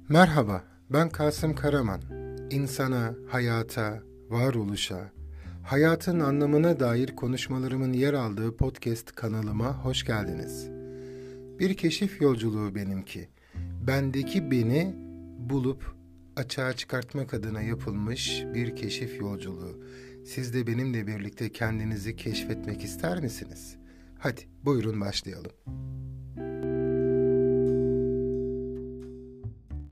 Merhaba, ben Kasım Karaman. İnsana, hayata, varoluşa, hayatın anlamına dair konuşmalarımın yer aldığı podcast kanalıma hoş geldiniz. Bir keşif yolculuğu benimki. Bendeki beni bulup açığa çıkartmak adına yapılmış bir keşif yolculuğu. Siz de benimle birlikte kendinizi keşfetmek ister misiniz? Hadi buyurun başlayalım.